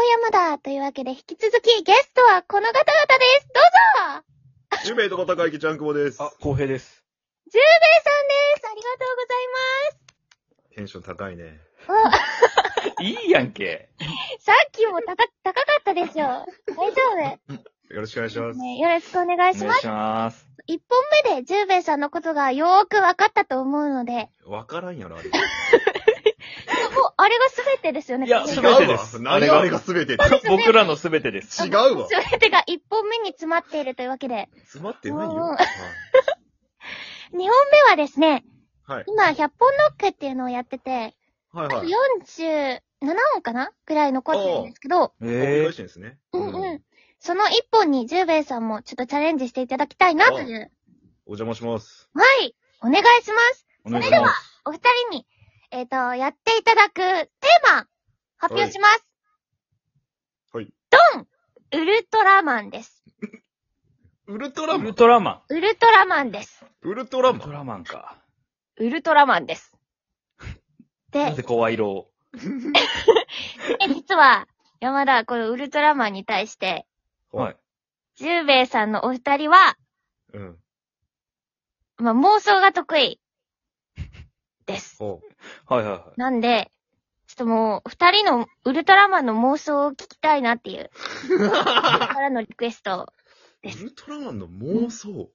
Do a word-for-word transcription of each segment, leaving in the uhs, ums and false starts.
山だというわけで、引き続きゲストはこの方々です。どうぞ。 ジュベイとまたかいきちゃんくぼです。 あ、浩平です。 ジュベイさんです。ありがとうございます。 テンション高いね。 いいやんけ。 さっきも高、高かったでしょ。大丈夫。 よろしくお願いします。 ね、よろしくお願いします。 お願いします。 一本目でジュベイさんのことがよーく分かったと思うので。 わからんやろ、あれ。 もう、あれが全てですよね。 いや、 違全てです。 うわ。何があれが全てって。 僕らの全てです。 違うわ。 全てが一本目に詰まっているというわけで。 詰まってないよ。 うんはい二本目はですね、 はい。 今、ひゃっぽんノックっていうのをやってて、 はいはい。 よんじゅうななおんかなぐらい残ってるんですけど、 繰りえ返してんですね。 うんうん。その一本にジュベイさんもちょっとチャレンジしていただきたいなという。 お邪魔します。 はい。お願いします。 お願いします。 お二人に、えっと、やっていただくテーマ、発表します。 はい。 ドンウルトラマンです。 ウルトラウルマントラマウルトラマンです。 ウルトラン。ウルマントラマンか。 ウルトラマンです。でなぜ、声色を。 え実は、山田、このウルトラマンに対して、 はい。 ジュベイさんのお二人は、 うん。 まあ、妄想が得意です。 ほはいはいはい。 なんで、ちょっともう、二人のウルトラマンの妄想を聞きたいなっていう、からのリクエスト、 う。ウルトラマンの妄想。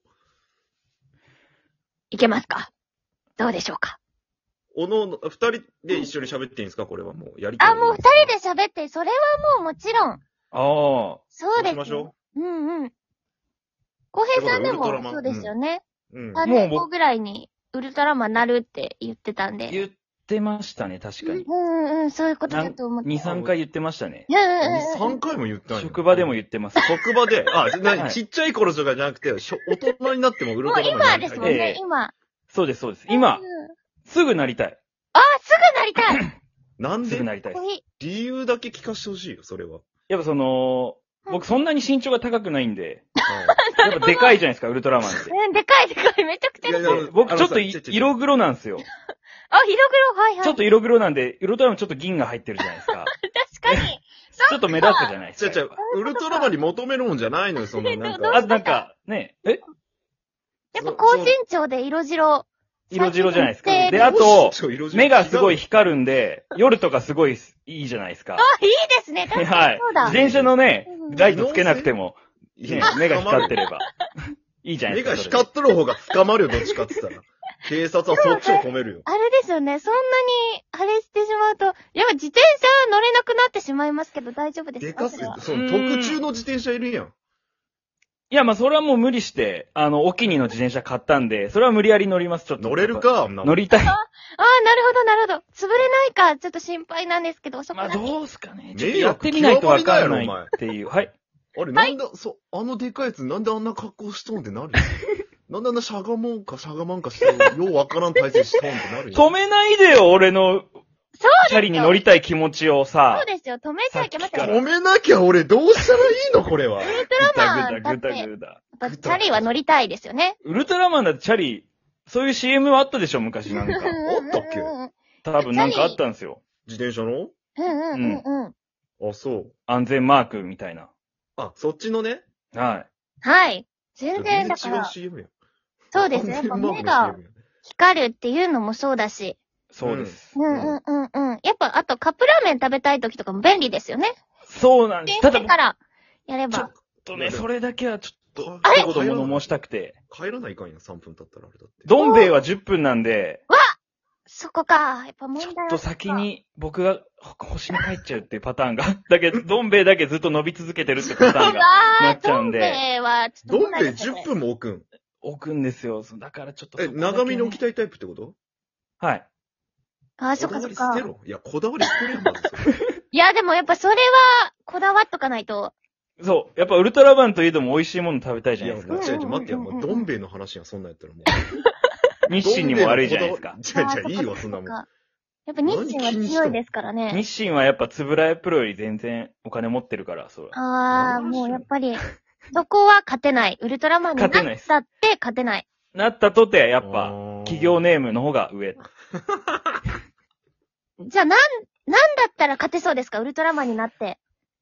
いけますか？どうでしょうか？ おのおの、二人で一緒に喋っていいんですかこれはもう。やりたい。 あ、もう二人で喋って、それはもうもちろん。 ああ。 そうです。 そうしましょう。うんうん。浩平さんでもウルトラマンそうですよね。 う。うん。 さんねんごぐらいにウルトラマンなるって言ってたんで。 言ってましたね、確かに。 うんうんうん、そういうことだと思って。 に、さんかい言ってましたね。 うんうんうん。 さんかいも言ったんや。 職場でも言ってます。 職場で、あ、なに、 はいちっちゃい頃とかじゃなくて、しょ大人になってもウルもうトラマンになりたい今ですもんね、 ええ今。 そうです、そうです。今う、んすぐなりたい。 あ、すぐなりたい。 なんですぐなりたいです。 理由だけ聞かせてほしいよ、それは。 やっぱその、僕そんなに身長が高くないんで、 はやっぱでかいじゃないですか、ウルトラマンって。 うん、でかいでかい、めちゃくちゃでかい。 いやいやで僕ちょっといあのさちょちょ色黒なんですよ。 あ、広黒、はいはい。 ちょっと色黒なんで、ウルトラマンちょっと銀が入ってるじゃないですか。 確かに。 ちょっと目立つじゃないですか。 違う違う、ウルトラマンに求めるもんじゃないのよ、そのなんか。 あ、なんか、ね、えやっぱ高身長で色白。 色白じゃないですか。 でで、あと、 色白目がすごい光るんで、夜とかすごいいいじゃないですか。 あ、いいですね。確かにはいそう。だ。 自転車のねうん、 ライトつけなくても、 いや、 ね目が光ってれば。いいじゃない目ですか。 が光っとる方が捕まるよ、どっちかって言ったら。警察はそっちを止めるよ。 あれですよね。そんなに、あれしてしまうと、やっぱ自転車乗れなくなってしまいますけど、大丈夫ですでかすかそれは、 その特注の自転車いるやん。 いや、まあ、それはもう無理して、あの、お気に入りの自転車買ったんで、それは無理やり乗ります、ちょっと。 乗れるか、あんなもん乗りたい。 ああ、なるほど、なるほど。潰れないか、ちょっと心配なんですけど、そこまあ、 だけ。 どうすかね。ちょっと迷惑やってみないとわかんない極まりだよお前っていう。はい。 あれ、なんだ、そ、あのでかいやつなんであんな格好しとんってなるなんであんなしゃがもんかしゃがまんかして、ようわからん体勢しとんってなるよ。 止めないでよ、俺の、 そうチャリに乗りたい気持ちをさ。 そうですよ。止めちゃいけませんさっきよ。 止めなきゃ俺どうしたらいいのこれは。 ウルトラマンぐだぐだだって、やっぐだ。 ぱチャリは乗りたいですよね。 ウルトラマンだってチャリ、そういう シーエム はあったでしょ、昔なんか。 あったっけうんうん多分なんかあったんですよ。 自転車のうんうんうん。 あ、そう。 安全マークみたいな。 あ、そっちのね。 ははい。全然だか違うら、 シーエム やん。 そうですね。やっぱ安全マークの目がシーエム やん光るっていうのもそうだし。 い。そうです。 うんうんうんうん。やっぱ、あとカップラーメン食べたい時とかも便利ですよね。 そうなんです。ただ電車、からやれちょっば。 とね、それだけはちょっと、 あれ一言物申したくて。 帰らないかんやん、さんぷん経ったらあれだって。 どん兵衛はじゅっぷんなんで、 そこか。やっぱ問ちょ題はっと先に僕が星に帰っちゃうっていうパターンが。だけど、どん兵衛だけずっと伸び続けてるってパターンがなっちゃうんで。 どん兵衛は、ちょっとどん兵衛10 問題ですよね分も置くん。 置くんですよ。だからちょっとえ、 そこだけね。 長めに置きたいタイプってことあはい。 あ、そっかそっかこだわり捨て。ろ。いや、こだわり捨てろよ、まずそれ。 いや、でもやっぱそれは、こだわっとかないと。 そう。やっぱウルトラマンといえども美味しいもの食べたいじいや、 ゃないですか。 違う違う、待ってよ。もう、どん兵衛の話やん、そんなんやったらもう。 日清にも悪いじゃないですか。 違う違う、いいわ、そんなもん。 やっぱ日清は強いですからね。 日清はやっぱつぶらやプロより全然お金持ってるから、そう。 ああ、もうやっぱり、そこは勝てない。ウルトラマンになっ勝てないですたって勝てない。 なったとて、やっあぱ、 ー企業ネームの方が上。 じゃあ、なん、なんだったら勝てそうですかウルトラマンになって。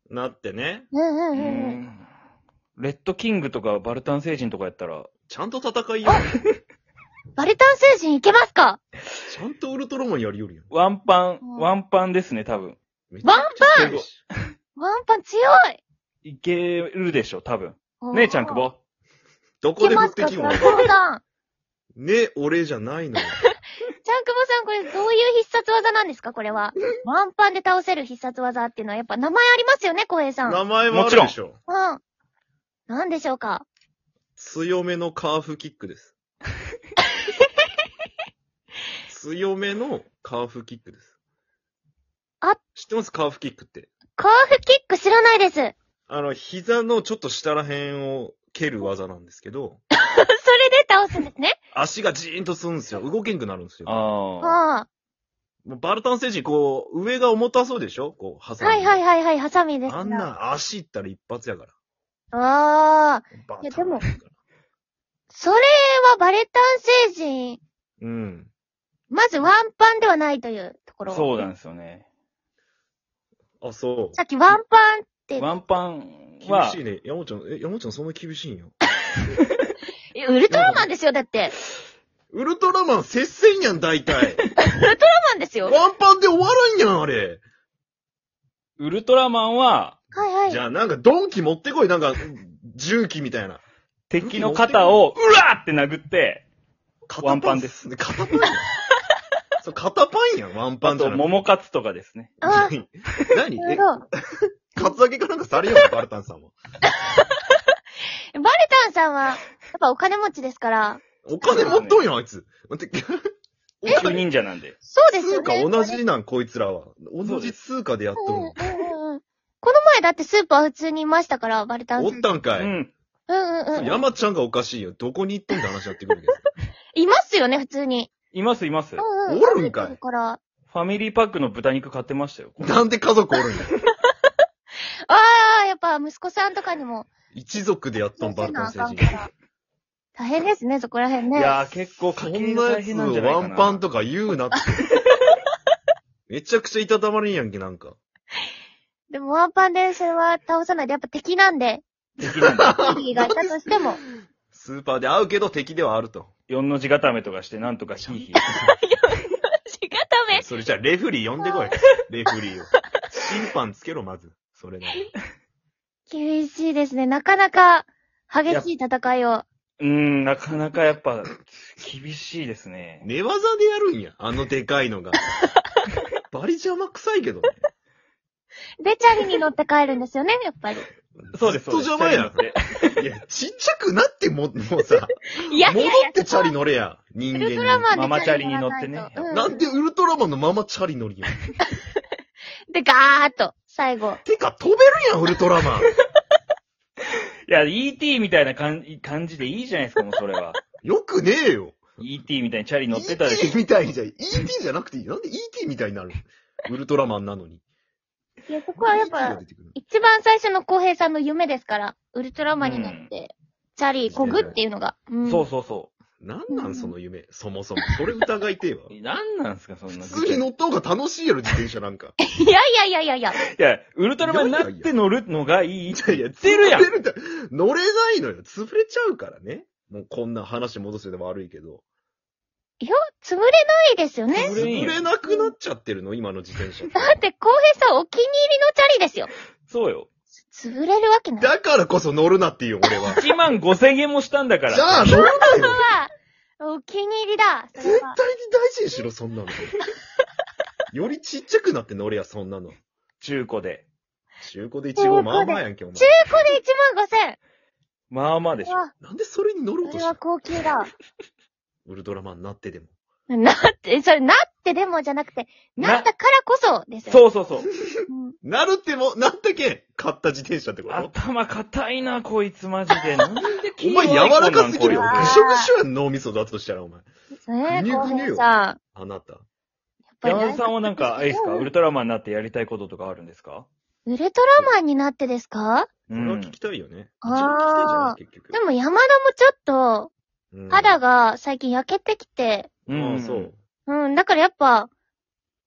なってね。 うんうんううんうん。 ん。レッドキングとかバルタン星人とかやったら、 ちゃんと戦いやる。 バルタン星人いけますか？ ちゃんとウルトラマンやりよるやん。 ワンパン、 うんワンパンですね、多分。 めちゃくちゃ強いしワンパン強い。 いけるでしょ、多分。ねえ、ちゃんくぼ。 どこで振いけますか？ ってきんのちゃんくぼさん。 ね、俺じゃないのよ。 ちゃんくぼさん、これどういう必殺技なんですか？これは。ワンパンで倒せる必殺技っていうのはやっぱ名前ありますよね、小平さん。 名前はあるでしょ。 うん。なんでしょうか？ 強めのカーフキックです。強めのカーフキックです。 あ、 知ってますカーフキックって。 カーフキック知らないです。 あの、膝のちょっと下ら辺を蹴る技なんですけど、 それで倒すんですね。 足がジーンとするんですよ。動けんくなるんですよ。 ああ。 ああ。 もうバルタン星人、こう、上が重たそうでしょこう、ハサミ。 はいはいはいはい、ハサミです。 あん。な足いったら一発やから。 ああ。 バいやでもタンそれはバレタン星人、 うん。 まずワンパンではないというところ。 そうなんですよね。 あ、そう。 さっきワンパンって、 ワンパンは厳し、いね。山ちゃん、え、山ちゃんそんな厳しいんよ。 えウルトラマンですよ、だって。 ウルトラマン接戦やん、大体。 ウルトラマンですよ。 ワンパンで終わらんやん、あれ。 ウルトラマンは、 はいはい。 じゃあなんかドンキ持ってこい、なんか、重機みたいな。 敵の肩を、うわーって殴って、 肩ワンパンです。 肩パンやん。そう、肩パンやん、ワンパあと、 ンじゃなくて。 桃カツとかですね。 あ、 何何え、 なるほど。 カツアゲかなんかされようバルタンさんは。 バレタンさんは、やっぱお金持ちですから。 お金持っとんやん、あいつ。待って、お宇宙金、 忍者なんで。 そうです通貨よね。 同じなん、こいつらは。同じ通貨でやっとるの。 うんうんうんうん。この前だってスーパー普通にいましたから、バレタンおさん。 うったんかい。 ん。 うんうんうん。 山ちゃんがおかしいよ。どこに行っとんって話やってくるけど。 いますよね、普通に。 いますいます。フうんうん。 おるんかい歩てるから。 ァミリーパックの豚肉買ってましたよ。 なんで家族おるんや。 ああ、やっぱ息子さんとかにも。 一族でやっとん、バルタン星人。 大変ですね、そこら辺ね。 いやー、結構そ家計大んなやつ変なんじゃないかな。 ワンパンとか言うなって。めちゃくちゃいたたまれんやんけ、なんか。 でもワンパンでそれは倒さないで、やっぱ敵なんで、 敵なんだ。 敵がいたとしても。 スーパーで会うけど敵ではあると。 四の字固めとかして、なんとかヒーヒー。 しがため。 それじゃあレフリー呼んでこい。レフリーを。審判つけろ、まず。それなり。 厳しいですね。なかなか激しい戦いを。 うーん、なかなかやっぱ、厳しいですね。 寝技でやるんや。あのでかいのが。バリ邪魔くさいけどね。 で、チャリに乗って帰るんですよね、やっぱり。 そうです、 ずっとそうです。 邪魔やん。 っていや、ちっちゃくなっても、もうさ、 いやい戻やいや、 ってチャリ乗れや。人間に。 ウルトラマンでママチャリに乗ってね乗らないとうんなんでウルトラマンのままチャリ乗りやん。 で、ガーッと、最後。 てか、飛べるやん、ウルトラマン。 いや、イーティー みたいな感じ感じでいいじゃないですか、もうそれは。 よくねえよ。 イーティー みたいにチャリ乗ってたでしイーティー みたいじゃん。イーティー じゃなくていい。なんで イーティー みたいになるのウルトラマンなのに。 いや、そこはやっイーティー がぱ出、てくる一番最初の浩平さんの夢ですから、ウルトラマンになって、チャリこぐっていうのが。うんそうそうそなんなんその夢。そもそも。それ疑いてえわ。 う。なんなんすか、そんな。 普通に乗った方が楽しいやろ、自転車なんか。 いやいやいやいやいや。 いや、ウルトラマンになって乗るのがいいって言ってるやん。 潰れるんだ乗れないのよ。潰れちゃうからね。もうこんな話戻せで悪いけど。 いや、潰れないですよね。 潰れんよ潰れなくなっちゃってるの、今の自転車。 だって浩平さんお気に入りのチャリですよ。 そうよ。 潰れるわけない。 だからこそ乗るなっていう、俺は。 いちまんごせんえんもしたんだから。 じゃあ乗るなそこよ。 は、お気に入りだ。それは絶対に大事にしろ、そんなの。よりちっちゃくなって乗れや、そんなの。 中古で。 中古で一号まあまあやんけ、お前中。古でいちまんごせん。 まあまあでしょ。 わ、 なんでそれに乗ろうとしたそれは高級だ。 ウルトラマンになってでも。 なって、それなってでもじゃなくて、なったからこそですよ。 そうそうそう。 うん。 なるっても、なったけん、買った自転車ってこと頭硬いな、こいつマジで。なんでお前柔らかすぎるよ。 これぐしょぐしょやん、脳みそだとしたら、お前。 ねえ、 ぐにゅぐにゅよ浩平さん。 あなた。 やっぱり山田さんはなんか、あれですか、ウルトラマンになってやりたいこととかあるんですか？ ウルトラマンになってですか？ うんそれは聞き。たいよね。 あー一番聞きたいじゃん、結局。 でも山田もちょっと、 うん肌が最近焼けてきて、 うああ、 ん。 そう。 うん、だからやっぱ、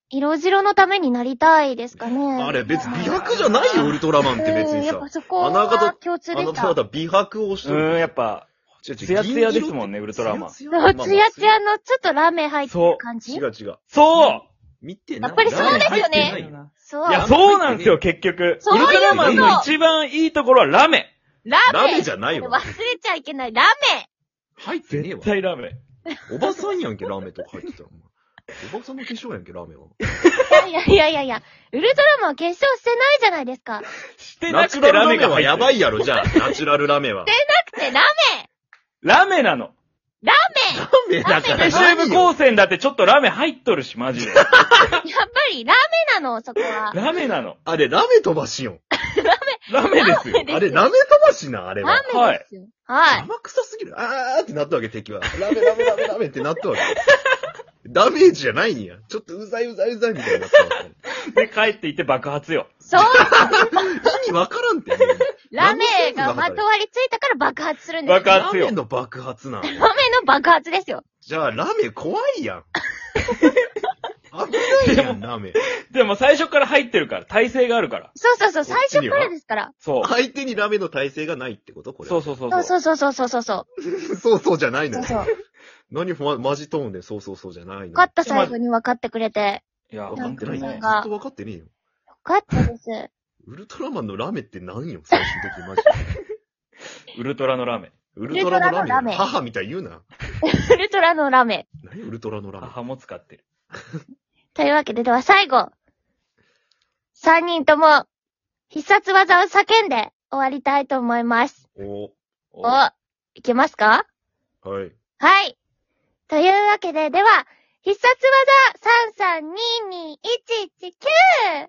色白のためになりたいですかね。 あれ別に美白じゃないよ、ウルトラマンって別にさうんやっぱ。そこあなたは共通でした。 あなたまた美白をしとる。 うーん、やっぱ、 違う違うツヤツヤですもんねウルトラマンツヤツそう、 ヤツヤツヤのちょっとラメ入ってる感じ違う違う。 そう見てない。 やっぱりそうですよねラメ入ってないよそう。 いや、そうなんですよ、結局。 そういうことウルトラマンの一番いいところはラメ。 ラメラメじゃないわ。 忘れちゃいけない。ラメ入ってねえわ絶。対ラメ。 おばさんやんけ、ラメとか入ってたら。お前おばさんの化粧やんけ、ラメは。 いやいやいやいや、ウルトラマンは化粧してないじゃないですか。 してなナチュラくてラメルラメはやが入ってる。 ばいやろ、じゃあ。ナチュラルラメは。 なくてララメなの。 メララメだからで、西部高専だってちょっとラメ入っとるし、マジで。 メやっぱりラメなの、そこは。 ラメなの。 あれ、ラメ飛ばしよん。 ラメですよ。 ですあれ、ラメ飛ばしな、あれは。 ラメですよ。はい。 生臭すぎる。あーってなったわけ、敵は。ラメラメラメラメってなったわけ。ダメージじゃないんや。ちょっとうざいうざいうざいみたいになったわけ。 で、帰っていって爆発よ。 そう。 意味わからんって。 ラメがまとわりついたから爆発するんですよ。 爆発よラメの爆発なの。 ラメの爆発ですよ。 じゃあ、ラメ怖いやん。危ないやん、ラメ。 でも最初から入ってるから、耐性があるから。 そうそうそう、最こっちには初からですから。 そう。 相手にラメの耐性がないってことこれ。 そうそうそうそうそう。 そうそうそうそうそう。 そうそうじゃないのよ。 そうそう。 何ま、マジトーンでそうそうそうじゃないのよ。 よかった、最後に分かってくれて。 いや、 分かってないね。ずっなんかと分かってねえよ。 よかったです。 ウルトラマンのラメって何よ、最終的にマジで。 ウルトラのラメ。 ウルトラのラメ。 ウルトラのラメ母みたいに言うな。 ウルトラのラメ。 何ウルトラのラメ。 母も使ってる。 というわけで、では最後。三人とも、必殺技を叫んで終わりたいと思います。 おお、いけますか？ はい。 はい。というわけで、では、必殺技さんさんににいちいちきゅう